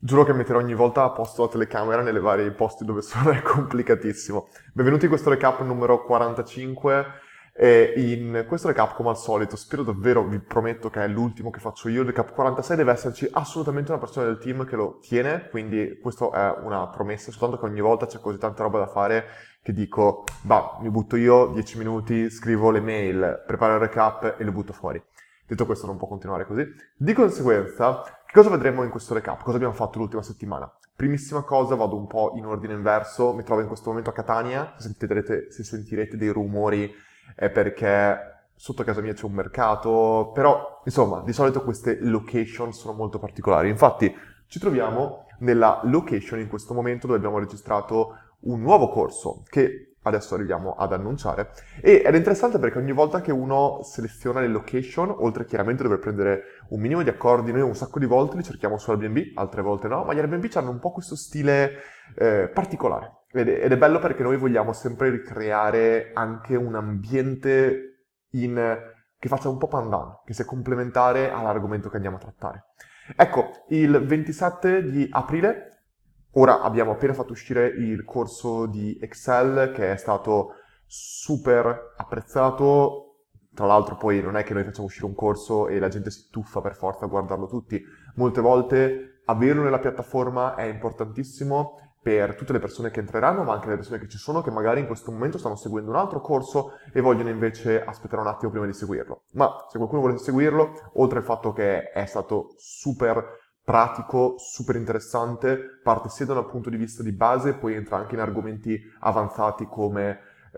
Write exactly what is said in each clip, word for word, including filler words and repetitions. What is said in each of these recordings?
Giuro che metterò ogni volta a posto la telecamera nelle varie posti dove sono, è complicatissimo. Benvenuti in questo recap numero quarantacinque. E in questo recap, come al solito, spero davvero, vi prometto che è l'ultimo che faccio io. Il recap quarantasei deve esserci assolutamente una persona del team che lo tiene, quindi questa è una promessa, soltanto che ogni volta c'è così tanta roba da fare che dico, bah, mi butto io, dieci minuti, scrivo le mail, preparo il recap e lo butto fuori. Detto questo non può continuare così. Di conseguenza, che cosa vedremo in questo recap? Cosa abbiamo fatto l'ultima settimana? Primissima cosa, vado un po' in ordine inverso, mi trovo in questo momento a Catania, se sentirete, se sentirete dei rumori è perché sotto casa mia c'è un mercato, però insomma di solito queste location sono molto particolari. Infatti ci troviamo nella location in questo momento dove abbiamo registrato un nuovo corso che adesso arriviamo ad annunciare e ed è interessante perché ogni volta che uno seleziona le location, oltre chiaramente a dover prendere un minimo di accordi, noi un sacco di volte li cerchiamo su Airbnb, altre volte no, ma gli Airbnb hanno un po' questo stile eh, particolare. Ed è, ed è bello perché noi vogliamo sempre ricreare anche un ambiente in, che faccia un po' pandan, che sia complementare all'argomento che andiamo a trattare. Ecco, il ventisette di aprile, ora abbiamo appena fatto uscire il corso di Excel che è stato super apprezzato. Tra l'altro poi non è che noi facciamo uscire un corso e la gente si tuffa per forza a guardarlo tutti. Molte volte averlo nella piattaforma è importantissimo per tutte le persone che entreranno, ma anche le persone che ci sono, che magari in questo momento stanno seguendo un altro corso e vogliono invece aspettare un attimo prima di seguirlo. Ma se qualcuno volesse seguirlo, oltre al fatto che è stato super pratico, super interessante, parte sia da un punto di vista di base, poi entra anche in argomenti avanzati come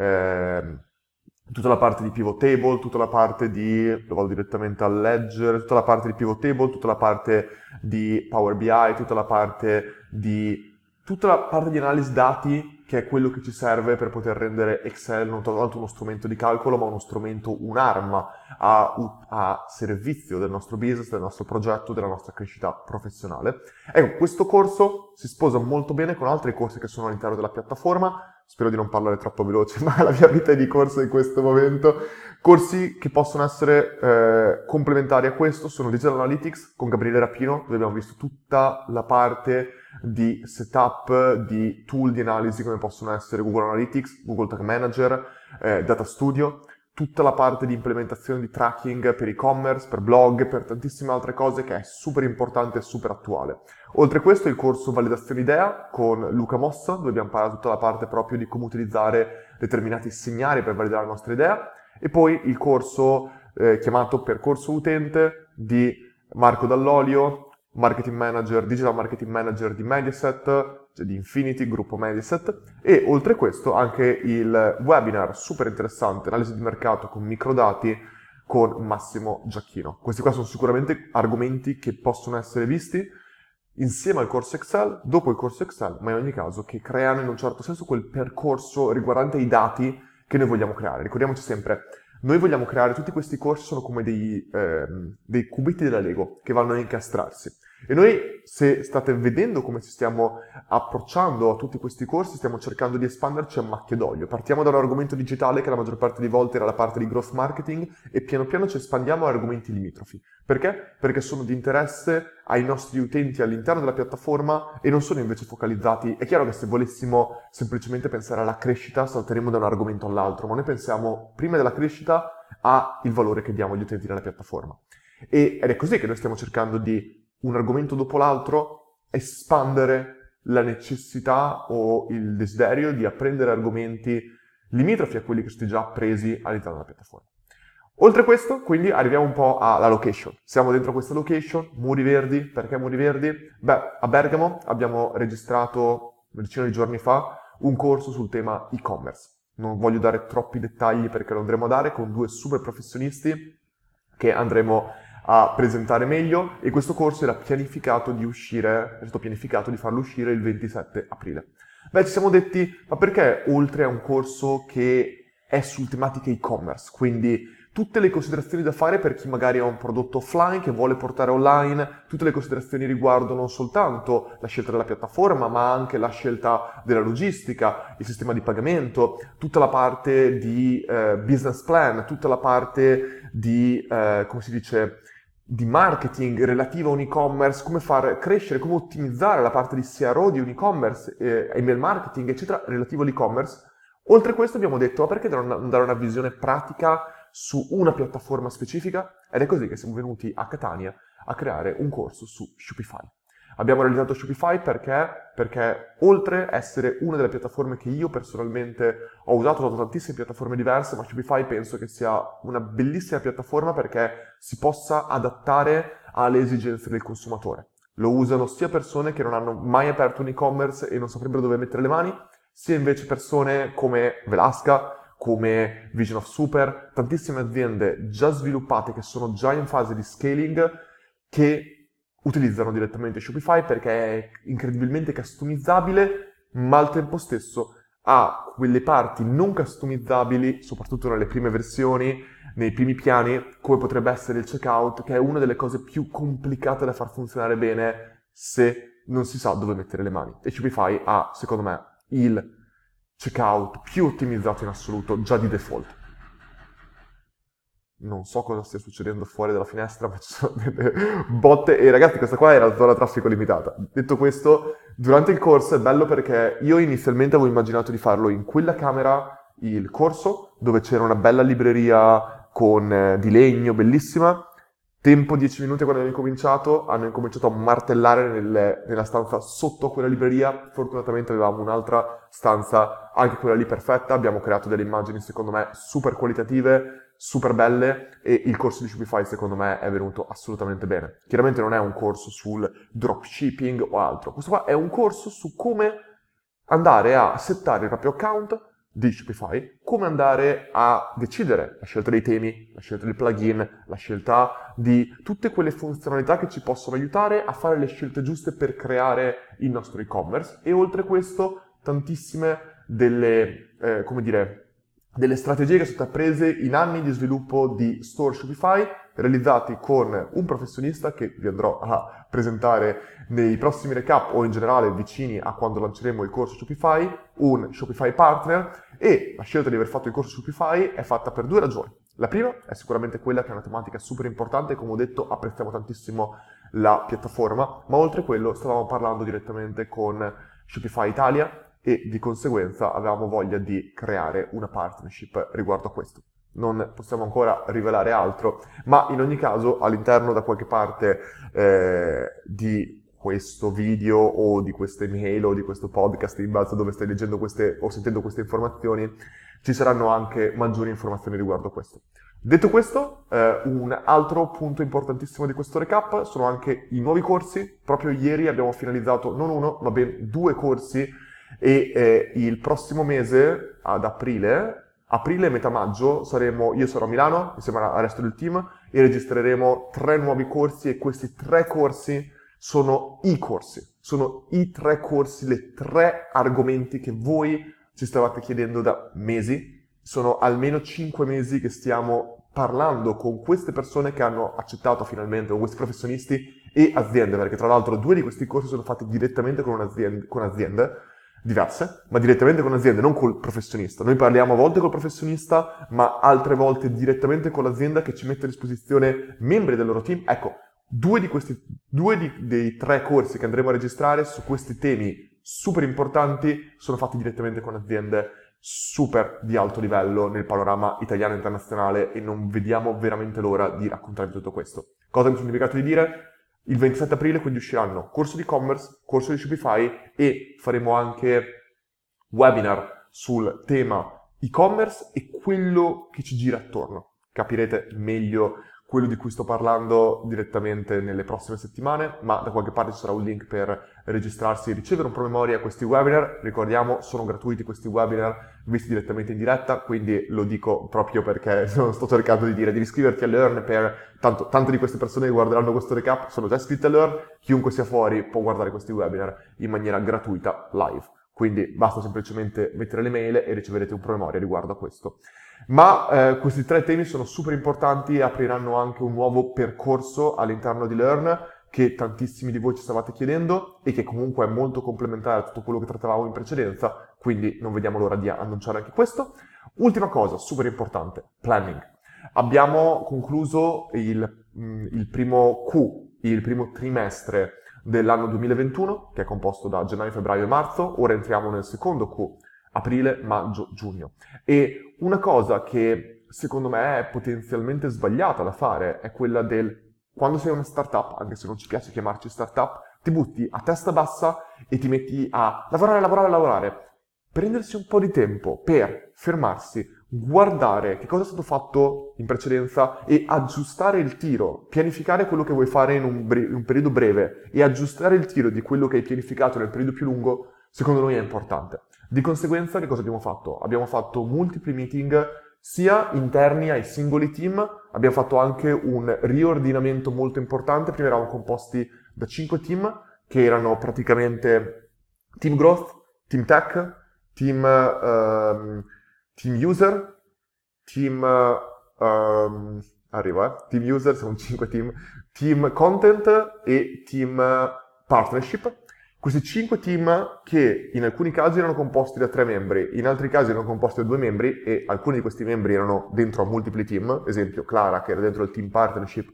eh, tutta la parte di pivot table, tutta la parte di, lo vado direttamente a leggere, tutta la parte di pivot table, tutta la parte di Power B I, tutta la parte di tutta la parte di analisi dati, che è quello che ci serve per poter rendere Excel non soltanto uno strumento di calcolo, ma uno strumento, un'arma a, a servizio del nostro business, del nostro progetto, della nostra crescita professionale. Ecco, questo corso si sposa molto bene con altri corsi che sono all'interno della piattaforma. Spero di non parlare troppo veloce, ma la mia vita è di corso in questo momento. Corsi che possono essere eh, complementari a questo sono Digital Analytics con Gabriele Rapino, dove abbiamo visto tutta la parte di setup, di tool di analisi come possono essere Google Analytics, Google Tag Manager, eh, Data Studio, tutta la parte di implementazione di tracking per e-commerce, per blog, per tantissime altre cose che è super importante e super attuale. Oltre a questo il corso Validazione Idea con Luca Mossa, dove abbiamo parlato tutta la parte proprio di come utilizzare determinati segnali per validare la nostra idea, e poi il corso eh, chiamato Percorso Utente di Marco Dall'Olio, Marketing Manager, Digital Marketing Manager di Mediaset, cioè di Infinity, gruppo Mediaset, e oltre a questo anche il webinar super interessante, analisi di mercato con microdati con Massimo Giacchino. Questi qua sono sicuramente argomenti che possono essere visti insieme al corso Excel, dopo il corso Excel, ma in ogni caso che creano in un certo senso quel percorso riguardante i dati che noi vogliamo creare. Ricordiamoci sempre, noi vogliamo creare tutti questi corsi, sono come dei, ehm, dei cubetti della Lego che vanno a incastrarsi. E noi, se state vedendo come ci stiamo approcciando a tutti questi corsi, stiamo cercando di espanderci a macchie d'olio. Partiamo da un argomento digitale che la maggior parte di volte era la parte di growth marketing e piano piano ci espandiamo a argomenti limitrofi. Perché? Perché sono di interesse ai nostri utenti all'interno della piattaforma e non sono invece focalizzati. È chiaro che se volessimo semplicemente pensare alla crescita salteremo da un argomento all'altro, ma noi pensiamo prima della crescita al valore che diamo agli utenti della piattaforma. E, ed è così che noi stiamo cercando di un argomento dopo l'altro, espandere la necessità o il desiderio di apprendere argomenti limitrofi a quelli che sono già presi all'interno della piattaforma. Oltre a questo, quindi, arriviamo un po' alla location. Siamo dentro questa location, Muri Verdi. Perché Muri Verdi? Beh, a Bergamo abbiamo registrato una decina di giorni fa un corso sul tema e-commerce. Non voglio dare troppi dettagli perché lo andremo a dare con due super professionisti che andremo a presentare meglio, e questo corso era pianificato di uscire, è stato pianificato di farlo uscire il ventisette aprile. Beh, ci siamo detti, ma perché oltre a un corso che è sul tematiche e-commerce, quindi tutte le considerazioni da fare per chi magari ha un prodotto offline che vuole portare online, tutte le considerazioni riguardano non soltanto la scelta della piattaforma, ma anche la scelta della logistica, il sistema di pagamento, tutta la parte di eh, business plan, tutta la parte di, eh, come si dice, di marketing relativo a un e-commerce, come far crescere, come ottimizzare la parte di C R O di un e-commerce, eh, email marketing, eccetera, relativo all'e-commerce. Oltre a questo abbiamo detto, ma perché non dare una visione pratica su una piattaforma specifica? Ed è così che siamo venuti a Catania a creare un corso su Shopify. Abbiamo realizzato Shopify perché? Perché oltre a essere una delle piattaforme che io personalmente ho usato, ho usato tantissime piattaforme diverse, ma Shopify penso che sia una bellissima piattaforma perché si possa adattare alle esigenze del consumatore. Lo usano sia persone che non hanno mai aperto un e-commerce e non saprebbero dove mettere le mani, sia invece persone come Velasca, come Vision of Super, tantissime aziende già sviluppate che sono già in fase di scaling che utilizzano direttamente Shopify perché è incredibilmente customizzabile, ma al tempo stesso ha quelle parti non customizzabili, soprattutto nelle prime versioni, nei primi piani, come potrebbe essere il checkout, che è una delle cose più complicate da far funzionare bene se non si sa dove mettere le mani. E Shopify ha, secondo me, il checkout più ottimizzato in assoluto già di default. Non so cosa stia succedendo fuori dalla finestra, ma ci sono delle botte. E ragazzi, questa qua era la zona traffico limitata. Detto questo, durante il corso è bello perché io inizialmente avevo immaginato di farlo in quella camera, il corso, dove c'era una bella libreria con, eh, di legno, bellissima. Tempo dieci minuti quando hanno incominciato, hanno incominciato a martellare nelle- nella stanza sotto quella libreria. Fortunatamente avevamo un'altra stanza, anche quella lì perfetta. Abbiamo creato delle immagini, secondo me, super qualitative, super belle, e il corso di Shopify, secondo me, è venuto assolutamente bene. Chiaramente non è un corso sul dropshipping o altro. Questo qua è un corso su come andare a settare il proprio account di Shopify, come andare a decidere la scelta dei temi, la scelta del plugin, la scelta di tutte quelle funzionalità che ci possono aiutare a fare le scelte giuste per creare il nostro e-commerce. E oltre a questo tantissime delle, eh, come dire, delle strategie che sono state prese in anni di sviluppo di store Shopify, realizzati con un professionista che vi andrò a presentare nei prossimi recap o in generale vicini a quando lanceremo il corso Shopify, un Shopify partner. E la scelta di aver fatto il corso Shopify è fatta per due ragioni. La prima è sicuramente quella che è una tematica super importante, come ho detto apprezziamo tantissimo la piattaforma, ma oltre a quello stavamo parlando direttamente con Shopify Italia e di conseguenza avevamo voglia di creare una partnership riguardo a questo. Non possiamo ancora rivelare altro, ma in ogni caso all'interno da qualche parte eh, di questo video o di queste email o di questo podcast, in base a dove stai leggendo queste o sentendo queste informazioni, ci saranno anche maggiori informazioni riguardo a questo. Detto questo, eh, un altro punto importantissimo di questo recap sono anche i nuovi corsi. Proprio ieri abbiamo finalizzato non uno, ma ben due corsi e eh, il prossimo mese, ad aprile, aprile e metà maggio, saremo, io sarò a Milano insieme al resto del team e registreremo tre nuovi corsi, e questi tre corsi sono i corsi, sono i tre corsi, le tre argomenti che voi ci stavate chiedendo da mesi. Sono almeno cinque mesi che stiamo parlando con queste persone che hanno accettato finalmente, con questi professionisti e aziende, perché tra l'altro due di questi corsi sono fatti direttamente con, un'azienda, con aziende diverse, ma direttamente con aziende, non col professionista. Noi parliamo a volte col professionista, ma altre volte direttamente con l'azienda che ci mette a disposizione membri del loro team. Ecco, due di questi, due di, dei tre corsi che andremo a registrare su questi temi super importanti sono fatti direttamente con aziende super di alto livello nel panorama italiano e internazionale, e non vediamo veramente l'ora di raccontarvi tutto questo. Cosa mi sono dimenticato di dire? Il ventisette aprile quindi usciranno corso di e-commerce, corso di Shopify, e faremo anche webinar sul tema e-commerce e quello che ci gira attorno. Capirete meglio quello di cui sto parlando direttamente nelle prossime settimane, ma da qualche parte ci sarà un link per registrarsi e ricevere un promemoria a questi webinar. Ricordiamo, sono gratuiti questi webinar, visti direttamente in diretta, quindi lo dico proprio perché non sto cercando di dire devi iscriverti a Learn per... Tanto, tante di queste persone che guarderanno questo recap sono già iscritte a Learn, chiunque sia fuori può guardare questi webinar in maniera gratuita live. Quindi basta semplicemente mettere le mail e riceverete un promemoria riguardo a questo. Ma eh, questi tre temi sono super importanti e apriranno anche un nuovo percorso all'interno di Learn che tantissimi di voi ci stavate chiedendo e che comunque è molto complementare a tutto quello che trattavamo in precedenza, quindi non vediamo l'ora di annunciare anche questo. Ultima cosa, super importante, planning. Abbiamo concluso il mh, il primo Q, il primo trimestre dell'anno duemilaventuno, che è composto da gennaio, febbraio e marzo. Ora entriamo nel secondo Q, aprile, maggio, giugno. E una cosa che secondo me è potenzialmente sbagliata da fare è quella del quando sei una startup, anche se non ci piace chiamarci startup, ti butti a testa bassa e ti metti a lavorare, lavorare, lavorare. Prendersi un po' di tempo per fermarsi, guardare che cosa è stato fatto in precedenza e aggiustare il tiro, pianificare quello che vuoi fare in un, bre- in un periodo breve e aggiustare il tiro di quello che hai pianificato nel periodo più lungo, secondo noi è importante. Di conseguenza, che cosa abbiamo fatto? Abbiamo fatto multipli meeting sia interni ai singoli team, abbiamo fatto anche un riordinamento molto importante. Prima eravamo composti da cinque team, che erano praticamente team growth, team tech, team, ehm, team user, team, ehm, arrivo, eh, team user, sono cinque team, team content e team partnership. Questi cinque team che in alcuni casi erano composti da tre membri, in altri casi erano composti da due membri e alcuni di questi membri erano dentro a multipli team, esempio Clara che era dentro il team partnership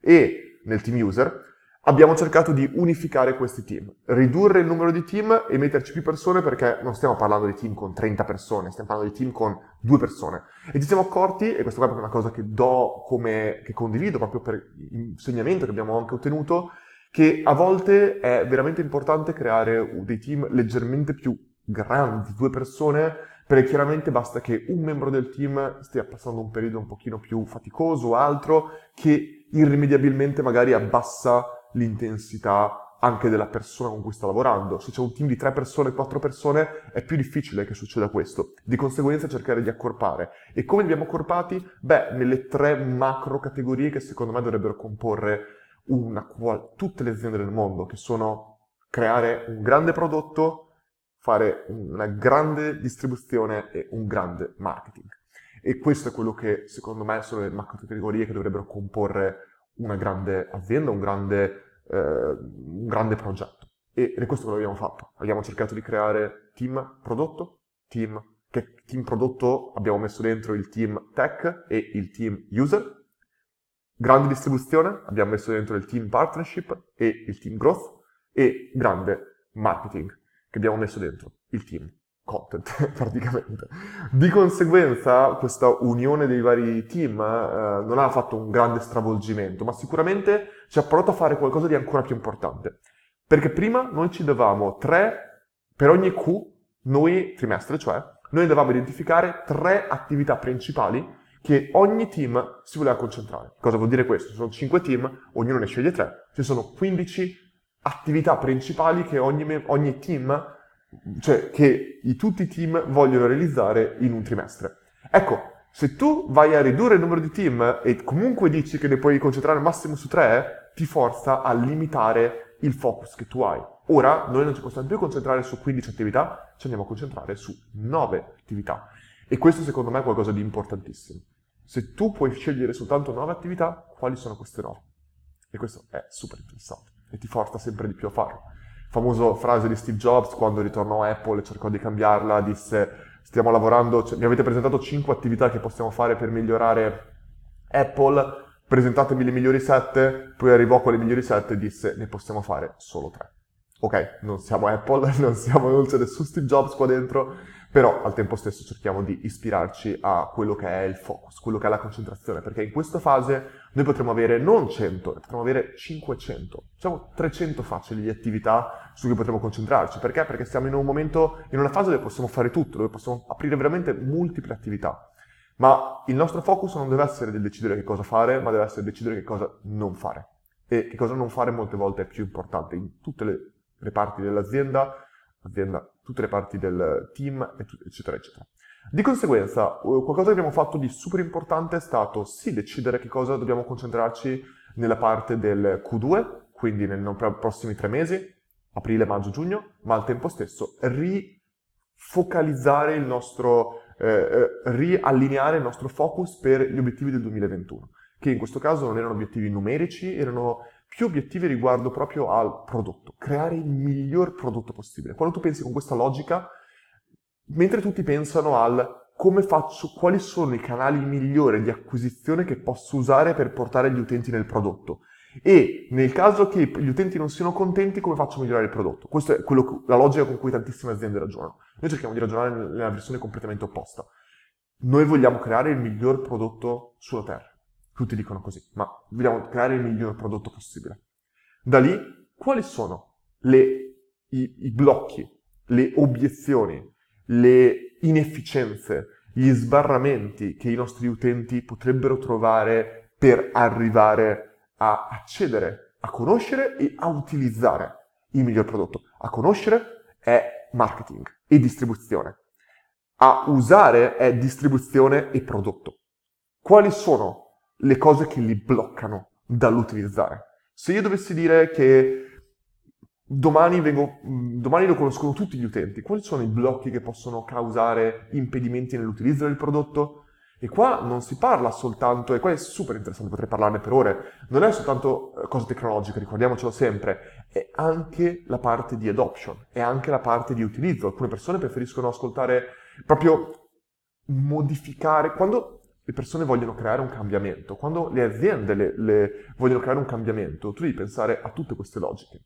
e nel team user. Abbiamo cercato di unificare questi team, ridurre il numero di team e metterci più persone, perché non stiamo parlando di team con trenta persone, stiamo parlando di team con due persone. E ci siamo accorti, e questa qua è una cosa che do come, che condivido proprio per l'insegnamento che abbiamo anche ottenuto, che a volte è veramente importante creare dei team leggermente più grandi, due persone, perché chiaramente basta che un membro del team stia passando un periodo un pochino più faticoso o altro, che irrimediabilmente magari abbassa l'intensità anche della persona con cui sta lavorando. Se c'è un team di tre persone, quattro persone, è più difficile che succeda questo. Di conseguenza cercare di accorpare. E come li abbiamo accorpati? Beh, nelle tre macro categorie che secondo me dovrebbero comporre una, tutte le aziende del mondo, che sono creare un grande prodotto, fare una grande distribuzione e un grande marketing. E questo è quello che secondo me sono le macro categorie che dovrebbero comporre una grande azienda, un grande, eh, un grande progetto. E, e questo quello che abbiamo fatto. Abbiamo cercato di creare team prodotto, team, che team prodotto abbiamo messo dentro il team tech e il team user. Grande distribuzione, abbiamo messo dentro il team partnership e il team growth, e grande marketing, che abbiamo messo dentro il team content, praticamente. Di conseguenza, questa unione dei vari team eh, non ha fatto un grande stravolgimento, ma sicuramente ci ha portato a fare qualcosa di ancora più importante. Perché prima noi ci davamo tre, per ogni Q, noi, trimestre cioè, noi dovevamo identificare tre attività principali che ogni team si voleva concentrare. Cosa vuol dire questo? Ci sono cinque team, ognuno ne sceglie tre, ci sono quindici attività principali che ogni, ogni team, cioè che i, tutti i team vogliono realizzare in un trimestre. Ecco, se tu vai a ridurre il numero di team e comunque dici che ne puoi concentrare al massimo su tre, ti forza a limitare il focus che tu hai. Ora noi non ci possiamo più concentrare su quindici attività, ci andiamo a concentrare su nove attività. E questo secondo me è qualcosa di importantissimo. Se tu puoi scegliere soltanto nove attività, quali sono queste nove? E questo è super interessante e ti forza sempre di più a farlo. Famosa frase di Steve Jobs quando ritornò a Apple e cercò di cambiarla, disse: stiamo lavorando, cioè, mi avete presentato cinque attività che possiamo fare per migliorare Apple, presentatemi le migliori sette, poi arrivò con le migliori sette e disse: ne possiamo fare solo tre. Ok, non siamo Apple, non siamo, non c'è nessun Steve Jobs qua dentro, però al tempo stesso cerchiamo di ispirarci a quello che è il focus, quello che è la concentrazione, perché in questa fase noi potremo avere non cento, potremo avere cinquecento, diciamo trecento facili di attività su cui potremo concentrarci. Perché? Perché siamo in un momento, in una fase dove possiamo fare tutto, dove possiamo aprire veramente multiple attività. Ma il nostro focus non deve essere del decidere che cosa fare, ma deve essere decidere che cosa non fare. E che cosa non fare molte volte è più importante in tutte le, le parti dell'azienda, azienda, tutte le parti del team, eccetera, eccetera. Di conseguenza, qualcosa che abbiamo fatto di super importante è stato sì decidere che cosa dobbiamo concentrarci nella parte del Q due, quindi nei prossimi tre mesi, aprile, maggio, giugno, ma al tempo stesso rifocalizzare il nostro, eh, riallineare il nostro focus per gli obiettivi del duemilaventuno, che in questo caso non erano obiettivi numerici, erano più obiettivi riguardo proprio al prodotto, creare il miglior prodotto possibile. Quando tu pensi con questa logica, mentre tutti pensano al come faccio, quali sono i canali migliori di acquisizione che posso usare per portare gli utenti nel prodotto. E nel caso che gli utenti non siano contenti, come faccio a migliorare il prodotto? Questa è quello, la logica con cui tantissime aziende ragionano. Noi cerchiamo di ragionare nella versione completamente opposta. Noi vogliamo creare il miglior prodotto sulla Terra. Tutti dicono così, ma vogliamo creare il miglior prodotto possibile. Da lì, quali sono le, i, i blocchi, le obiezioni, le inefficienze, gli sbarramenti che i nostri utenti potrebbero trovare per arrivare a accedere, a conoscere e a utilizzare il miglior prodotto. A conoscere è marketing e distribuzione. A usare è distribuzione e prodotto. Quali sono le cose che li bloccano dall'utilizzare? Se io dovessi dire che domani, vengo, domani lo conoscono tutti gli utenti, quali sono i blocchi che possono causare impedimenti nell'utilizzo del prodotto? E qua non si parla soltanto, e qua è super interessante, potrei parlarne per ore, non è soltanto cose tecnologiche, ricordiamocelo sempre, è anche la parte di adoption, è anche la parte di utilizzo. Alcune persone preferiscono ascoltare, proprio modificare, quando le persone vogliono creare un cambiamento, quando le aziende le, le vogliono creare un cambiamento, tu devi pensare a tutte queste logiche.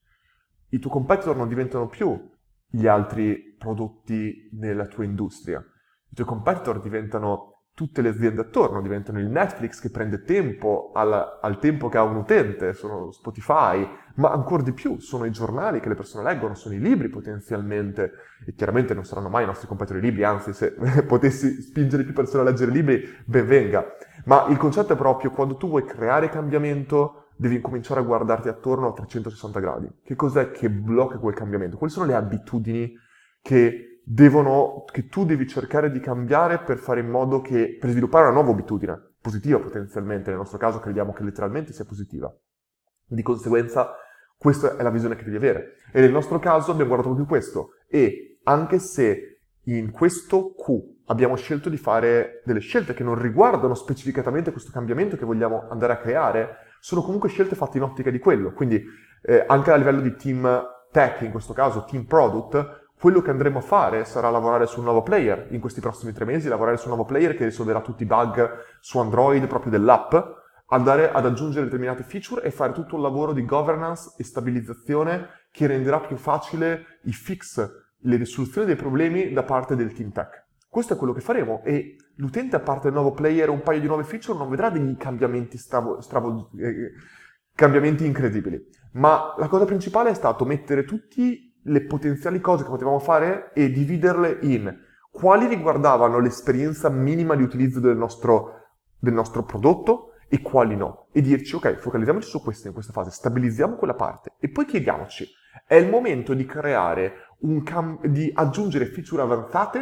I tuoi competitor non diventano più gli altri prodotti nella tua industria, i tuoi competitor diventano tutte le aziende attorno, diventano il Netflix che prende tempo al, al tempo che ha un utente, sono Spotify, ma ancora di più sono i giornali che le persone leggono, sono i libri potenzialmente, e chiaramente non saranno mai i nostri competitor i libri, anzi se potessi spingere più persone a leggere libri, ben venga. Ma il concetto è proprio quando tu vuoi creare cambiamento, devi cominciare a guardarti attorno a trecentosessanta gradi. Che cos'è che blocca quel cambiamento? Quali sono le abitudini che devono, che tu devi cercare di cambiare per fare in modo che, per sviluppare una nuova abitudine, positiva potenzialmente, nel nostro caso crediamo che letteralmente sia positiva. Di conseguenza, questa è la visione che devi avere. E nel nostro caso abbiamo guardato proprio questo. E anche se in questo Q abbiamo scelto di fare delle scelte che non riguardano specificatamente questo cambiamento che vogliamo andare a creare, sono comunque scelte fatte in ottica di quello. Quindi eh, anche a livello di team tech, in questo caso team product, quello che andremo a fare sarà lavorare su un nuovo player in questi prossimi tre mesi, lavorare su un nuovo player che risolverà tutti i bug su Android proprio dell'app, andare ad aggiungere determinate feature e fare tutto un lavoro di governance e stabilizzazione che renderà più facile i fix, le risoluzioni dei problemi da parte del team tech. Questo è quello che faremo e l'utente, a parte il nuovo player e un paio di nuove feature, non vedrà degli cambiamenti, stravo, stravo, eh, cambiamenti incredibili. Ma la cosa principale è stato mettere tutti le potenziali cose che potevamo fare e dividerle in quali riguardavano l'esperienza minima di utilizzo del nostro, del nostro prodotto e quali no. E dirci, ok, focalizziamoci su queste in questa fase, stabilizziamo quella parte e poi chiediamoci, è il momento di creare un cam- di aggiungere feature avanzate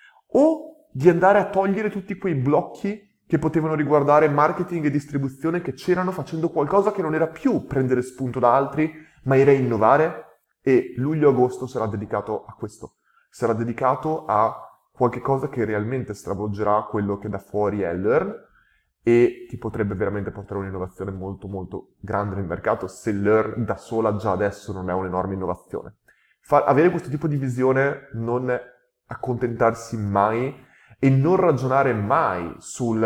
o di andare a togliere tutti quei blocchi che potevano riguardare marketing e distribuzione che c'erano facendo qualcosa che non era più prendere spunto da altri, ma era innovare? E luglio-agosto sarà dedicato a questo. Sarà dedicato a qualche cosa che realmente stravolgerà quello che da fuori è Learn e che potrebbe veramente portare un'innovazione molto molto grande nel mercato se Learn da sola già adesso non è un'enorme innovazione. Far, avere questo tipo di visione, non accontentarsi mai e non ragionare mai sul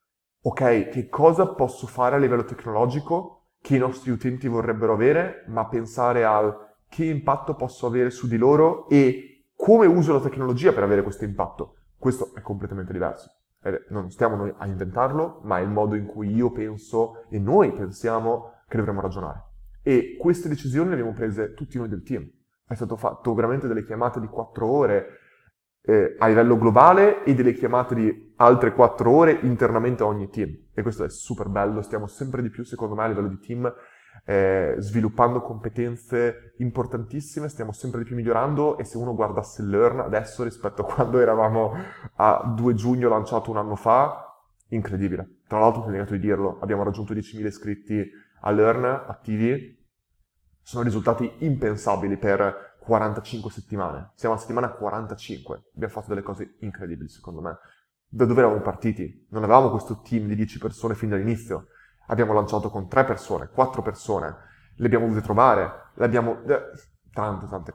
ok, che cosa posso fare a livello tecnologico che i nostri utenti vorrebbero avere, ma pensare al che impatto posso avere su di loro e come uso la tecnologia per avere questo impatto. Questo è completamente diverso. Non stiamo noi a inventarlo, ma è il modo in cui io penso e noi pensiamo che dovremmo ragionare. E queste decisioni le abbiamo prese tutti noi del team. È stato fatto veramente delle chiamate di quattro ore eh, a livello globale e delle chiamate di altre quattro ore internamente a ogni team. E questo è super bello, stiamo sempre di più, secondo me, a livello di team, Eh, sviluppando competenze importantissime, stiamo sempre di più migliorando e se uno guardasse Learn adesso rispetto a quando eravamo a due giugno lanciato un anno fa, incredibile. Tra l'altro, ho negato di dirlo, abbiamo raggiunto diecimila iscritti a Learn attivi, sono risultati impensabili per quarantacinque settimane, siamo a settimana quarantacinque, abbiamo fatto delle cose incredibili secondo me. Da dove eravamo partiti? Non avevamo questo team di dieci persone fin dall'inizio. Abbiamo lanciato con tre persone, quattro persone, le abbiamo dovute trovare, le abbiamo... Eh, tante, tante cose.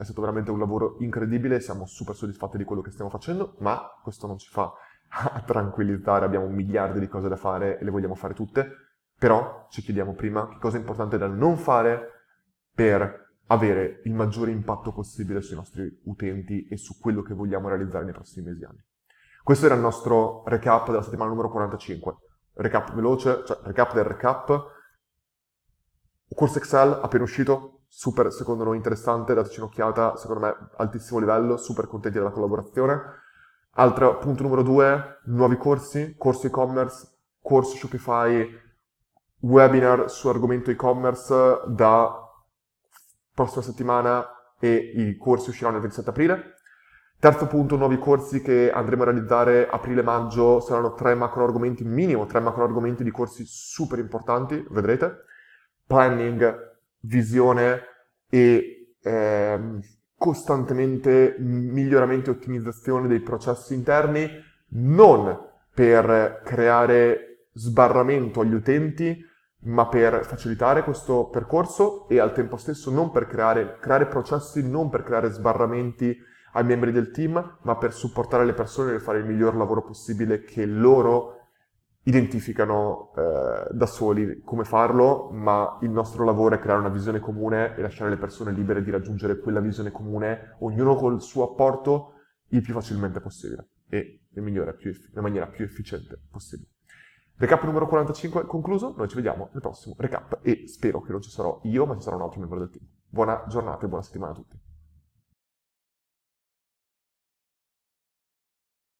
è stato veramente un lavoro incredibile, siamo super soddisfatti di quello che stiamo facendo, ma questo non ci fa tranquillizzare, abbiamo un miliardo di cose da fare e le vogliamo fare tutte, però ci chiediamo prima che cosa è importante da non fare per avere il maggiore impatto possibile sui nostri utenti e su quello che vogliamo realizzare nei prossimi mesi e anni. Questo era il nostro recap della settimana numero quarantacinque. Recap veloce, cioè recap del recap. Corso Excel appena uscito, super secondo noi interessante, dateci un'occhiata, secondo me altissimo livello, super contenti della collaborazione. Altro punto numero due, nuovi corsi, corso e-commerce, corso Shopify, webinar su argomento e-commerce da prossima settimana e i corsi usciranno il ventisette aprile. Terzo punto, nuovi corsi che andremo a realizzare aprile-maggio, saranno tre macro argomenti, minimo tre macro argomenti di corsi super importanti, vedrete. Planning, visione e ehm, costantemente miglioramento e ottimizzazione dei processi interni, non per creare sbarramento agli utenti, ma per facilitare questo percorso e al tempo stesso non per creare, creare processi, non per creare sbarramenti ai membri del team, ma per supportare le persone nel fare il miglior lavoro possibile che loro identificano eh, da soli come farlo, ma il nostro lavoro è creare una visione comune e lasciare le persone libere di raggiungere quella visione comune, ognuno col suo apporto, il più facilmente possibile e nel migliore, più eff- nella maniera più efficiente possibile. Recap numero quarantacinque concluso, noi ci vediamo nel prossimo recap e spero che non ci sarò io, ma ci sarà un altro membro del team. Buona giornata e buona settimana a tutti.